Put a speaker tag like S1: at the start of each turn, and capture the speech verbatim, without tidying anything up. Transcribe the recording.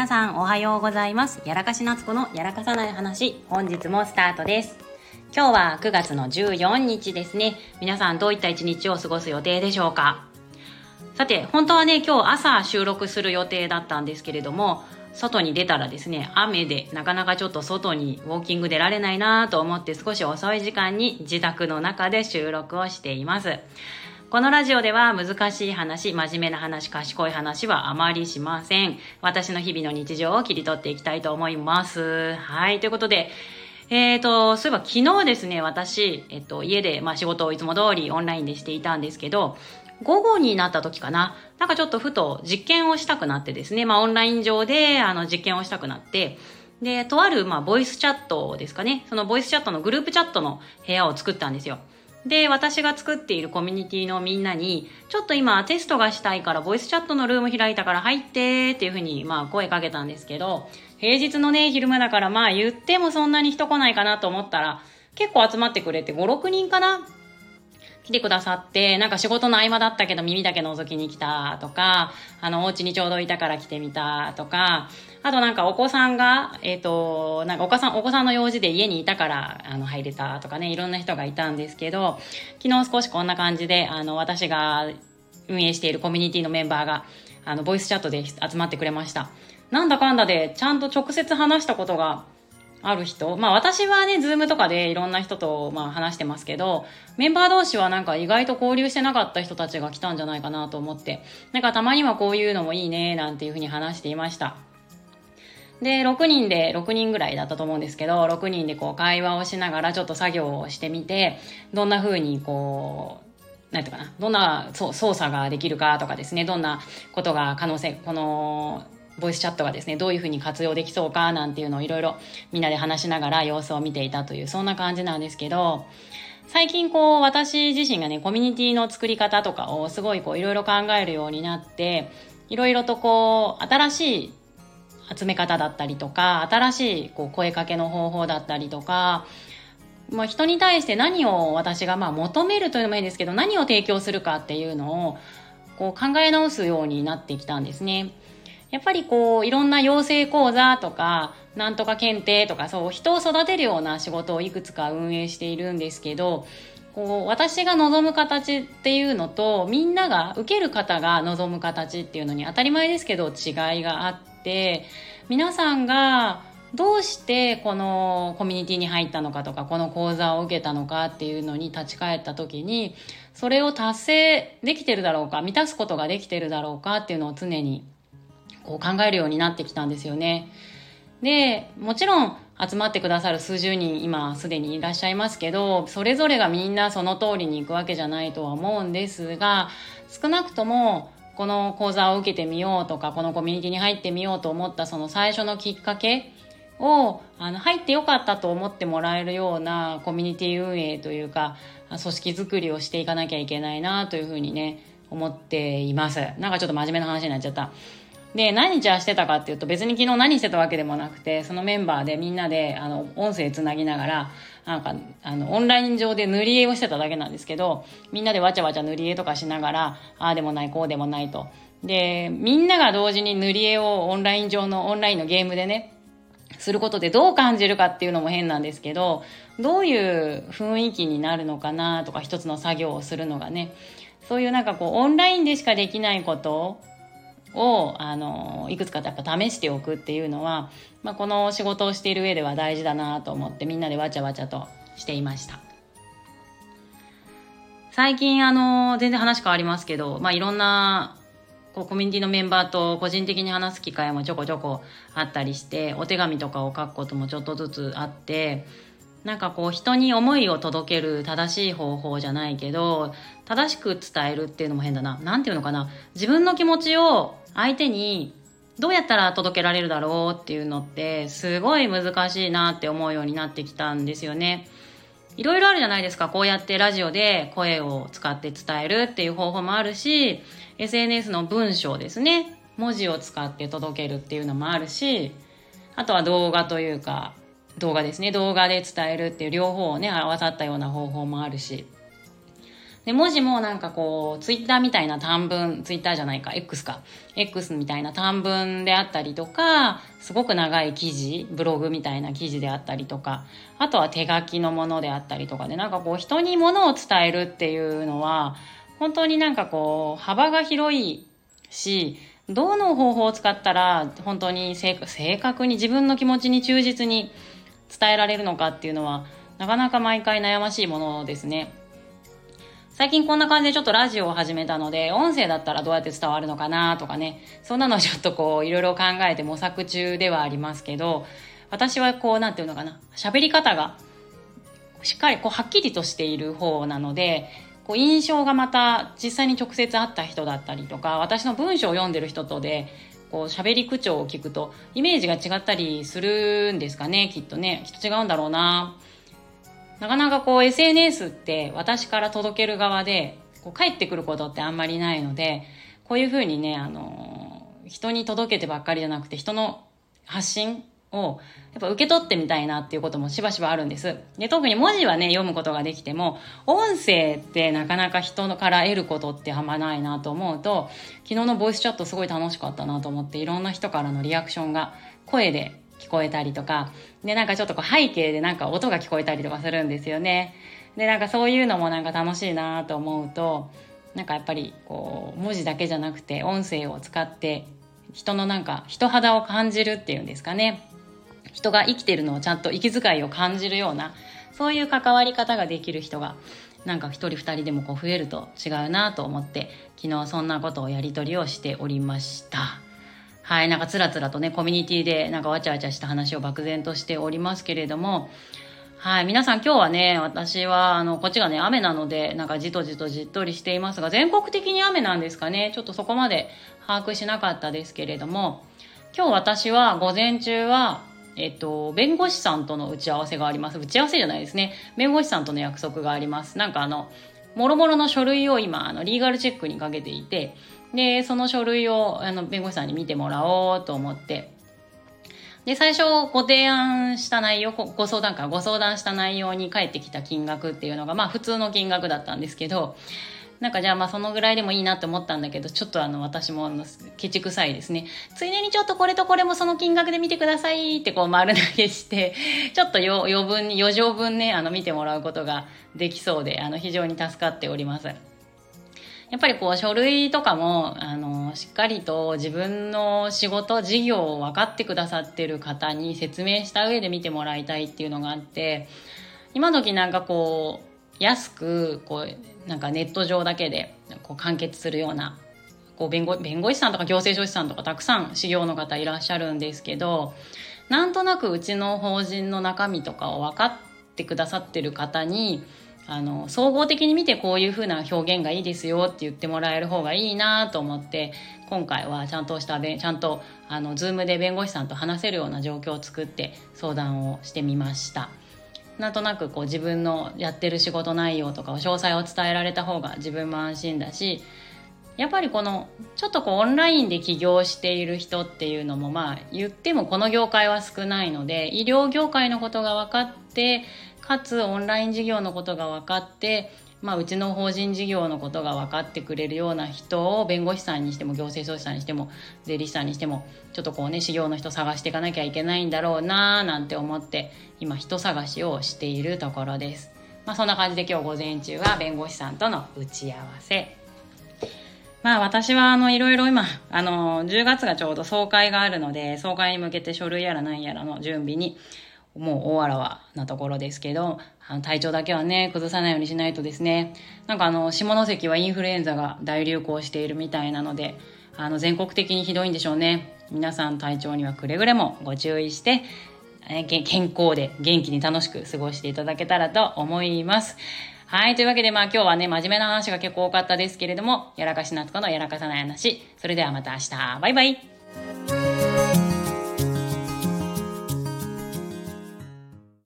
S1: 皆さんおはようございます。やらかし夏子のやらかさない話、本日もスタートです。今日はくがつのじゅうよっかですね。皆さんどういった一日を過ごす予定でしょうか。さて、本当はね今日朝収録する予定だったんですけれども、外に出たらですね、雨でなかなかちょっと外にウォーキング出られないなと思って、少し遅い時間に自宅の中で収録をしています。このラジオでは難しい話、真面目な話、賢い話はあまりしません。私の日々の日常を切り取っていきたいと思います。はい、ということで、えーと、そういえば昨日ですね、私、えっと、家で、まあ、仕事をいつも通りオンラインでしていたんですけど、午後になった時かな、なんかちょっとふと実験をしたくなってですね、まあ、オンライン上であの実験をしたくなって、で、とある、まあ、ボイスチャットですかね、そのボイスチャットのグループチャットの部屋を作ったんですよ。で、私が作っているコミュニティのみんなに、ちょっと今テストがしたいからボイスチャットのルーム開いたから入ってっていうふうにまあ声かけたんですけど、平日のね昼間だからまあ言ってもそんなに人来ないかなと思ったら、結構集まってくれてご、ろくにんかな来てくださって、なんか仕事の合間だったけど耳だけ覗きに来たとか、あのお家にちょうどいたから来てみたとか、あとなんかお子さんがえっとなんかお子さんお子さんの用事で家にいたからあの入れたとかね、いろんな人がいたんですけど、昨日少しこんな感じであの私が運営しているコミュニティのメンバーがあのボイスチャットで集まってくれました。なんだかんだでちゃんと直接話したことがある人、まあ私はね、ズームとかでいろんな人とまあ話してますけど、メンバー同士はなんか意外と交流してなかった人たちが来たんじゃないかなと思って、なんかたまにはこういうのもいいねなんていうふうに話していました。で、ろくにんで、ろくにんぐらいだったと思うんですけど、ろくにんでこう会話をしながらちょっと作業をしてみて、どんな風にこう、なんていうかな、どんなそう操作ができるかとかですね、どんなことが可能性、この、ボイスチャットがですね、どういうふうに活用できそうかなんていうのをいろいろみんなで話しながら様子を見ていたという、そんな感じなんですけど、最近こう私自身がね、コミュニティの作り方とかをすごいこういろいろ考えるようになって、いろいろとこう新しい集め方だったりとか、新しいこう声かけの方法だったりとか、まあ、人に対して何を私がまあ求めるというのもいいんですけど、何を提供するかっていうのをこう考え直すようになってきたんですね。やっぱりこういろんな養成講座とかなんとか検定とか、そう人を育てるような仕事をいくつか運営しているんですけど、こう私が望む形っていうのとみんなが受ける方が望む形っていうのに当たり前ですけど違いがあって、皆さんがどうしてこのコミュニティに入ったのかとか、この講座を受けたのかっていうのに立ち返った時に、それを達成できてるだろうか、満たすことができてるだろうかっていうのを常にこう考えるようになってきたんですよね。で、もちろん集まってくださる数十人今すでにいらっしゃいますけど、それぞれがみんなその通りに行くわけじゃないとは思うんですが、少なくともこの講座を受けてみようとか、このコミュニティに入ってみようと思ったその最初のきっかけをあの入ってよかったと思ってもらえるようなコミュニティ運営というか組織づくりをしていかなきゃいけないなというふうにね思っています。なんかちょっと真面目な話になっちゃった。で、何じゃあしてたかっていうと、別に昨日何してたわけでもなくて、そのメンバーでみんなであの音声つなぎながらなんかあのオンライン上で塗り絵をしてただけなんですけど、みんなでわちゃわちゃ塗り絵とかしながら、ああでもないこうでもないと、でみんなが同時に塗り絵をオンライン上のオンラインのゲームでねすることでどう感じるかっていうのも変なんですけど、どういう雰囲気になるのかなとか、一つの作業をするのがね、そういうなんかこうオンラインでしかできないことをあのいくつかやっぱ試しておくっていうのは、まあ、この仕事をしている上では大事だなと思ってみんなでわちゃわちゃとしていました。最近あの全然話変わりますけど、まあ、いろんなこうコミュニティのメンバーと個人的に話す機会もちょこちょこあったりして、お手紙とかを書くこともちょっとずつあって、なんかこう人に思いを届ける正しい方法じゃないけど、正しく伝えるっていうのも変だな。なんていうのかな。自分の気持ちを相手にどうやったら届けられるだろうっていうのってすごい難しいなって思うようになってきたんですよね。いろいろあるじゃないですか。こうやってラジオで声を使って伝えるっていう方法もあるし、エスエヌエス の文章ですね。文字を使って届けるっていうのもあるし、あとは動画というか、動画ですね。動画で伝えるっていう両方をね、合わさったような方法もあるし。 で、文字もなんかこう、ツイッターみたいな短文、ツイッターじゃないか、X か。X みたいな短文であったりとか、すごく長い記事、ブログみたいな記事であったりとか、あとは手書きのものであったりとかで、なんかこう、人にものを伝えるっていうのは、本当になんかこう、幅が広いし、どの方法を使ったら、本当に正確に自分の気持ちに忠実に伝えられるのかっていうのは、なかなか毎回悩ましいものですね。最近こんな感じでちょっとラジオを始めたので、音声だったらどうやって伝わるのかなとかね、そんなのをちょっとこういろいろ考えて模索中ではありますけど、私はこうなんていうのかな、喋り方がしっかりこうはっきりとしている方なので、こう印象がまた実際に直接会った人だったりとか、私の文章を読んでる人とでこう喋り口調を聞くとイメージが違ったりするんですかね、きっとね、きっと違うんだろうな。なかなかこう エスエヌエス って私から届ける側でこう返ってくることってあんまりないので、こういうふうにね、あの人に届けてばっかりじゃなくて人の発信をやっぱ受け取ってみたいなっていうこともしばしばあるんです。で、特に文字はね読むことができても、音声ってなかなか人から得ることってあんまないなと思うと、昨日のボイスチャットすごい楽しかったなと思って、いろんな人からのリアクションが声で聞こえたりとかで、なんかちょっとこう背景でなんか音が聞こえたりとかするんですよね。で、なんかそういうのもなんか楽しいなと思うと、なんかやっぱりこう文字だけじゃなくて音声を使って人のなんか人肌を感じるっていうんですかね、人が生きてるのをちゃんと息遣いを感じるような、そういう関わり方ができる人がなんか一人二人でもこう増えると違うなと思って、昨日そんなことをやり取りをしておりました。はい、なんかつらつらとね、コミュニティでなんかわちゃわちゃした話を漠然としておりますけれども、はい、皆さん今日はね、私はあのこっちがね雨なのでなんかじとじとじっとりしていますが、全国的に雨なんですかね、ちょっとそこまで把握しなかったですけれども、今日私は午前中はえっと弁護士さんとの打ち合わせがあります。打ち合わせじゃないですね、弁護士さんとの約束があります。なんかあのもろもろの書類を今あのリーガルチェックにかけていて、でその書類をあの弁護士さんに見てもらおうと思って、で最初ご提案した内容、ご相談かご相談した内容に返ってきた金額っていうのがまあ普通の金額だったんですけど、なんかじゃあまあそのぐらいでもいいなって思ったんだけど、ちょっとあの私もあのケチくさいですね。ついでにちょっとこれとこれもその金額で見てくださいってこう丸投げして、ちょっと余余分に余剰分ねあの見てもらうことができそうで、あの非常に助かっております。やっぱりこう書類とかもあのしっかりと自分の仕事事業を分かってくださってる方に説明した上で見てもらいたいっていうのがあって、今時なんかこう安くこうなんかネット上だけでこう完結するようなこう弁護、弁護士さんとか行政書士さんとかたくさん修行の方いらっしゃるんですけど、なんとなくうちの法人の中身とかを分かってくださってる方にあの総合的に見てこういう風な表現がいいですよって言ってもらえる方がいいなと思って、今回はちゃんとしたちゃんとあの Zoom で弁護士さんと話せるような状況を作って相談をしてみました。なんとなくこう自分のやってる仕事内容とかを詳細を伝えられた方が自分も安心だし、やっぱりこのちょっとこうオンラインで起業している人っていうのもまあ言ってもこの業界は少ないので、医療業界のことが分かってかつオンライン事業のことが分かって、まあ、うちの法人事業のことが分かってくれるような人を弁護士さんにしても行政書士さんにしても税理士さんにしてもちょっとこうね修行の人探していかなきゃいけないんだろうななんて思って今人探しをしているところです。まあ、そんな感じで今日午前中は弁護士さんとの打ち合わせ。まあ私はあのいろいろ今あのじゅうがつがちょうど総会があるので、総会に向けて書類やら何やらの準備にもう大あらわなところですけど、あの体調だけはね崩さないようにしないとですね。なんかあの下関はインフルエンザが大流行しているみたいなので、あの全国的にひどいんでしょうね。皆さん体調にはくれぐれもご注意して、えー、健康で元気に楽しく過ごしていただけたらと思います。はい、というわけでまあ今日はね真面目な話が結構多かったですけれども、やらかし夏子のやらかさない話。それではまた明日、バイバイ。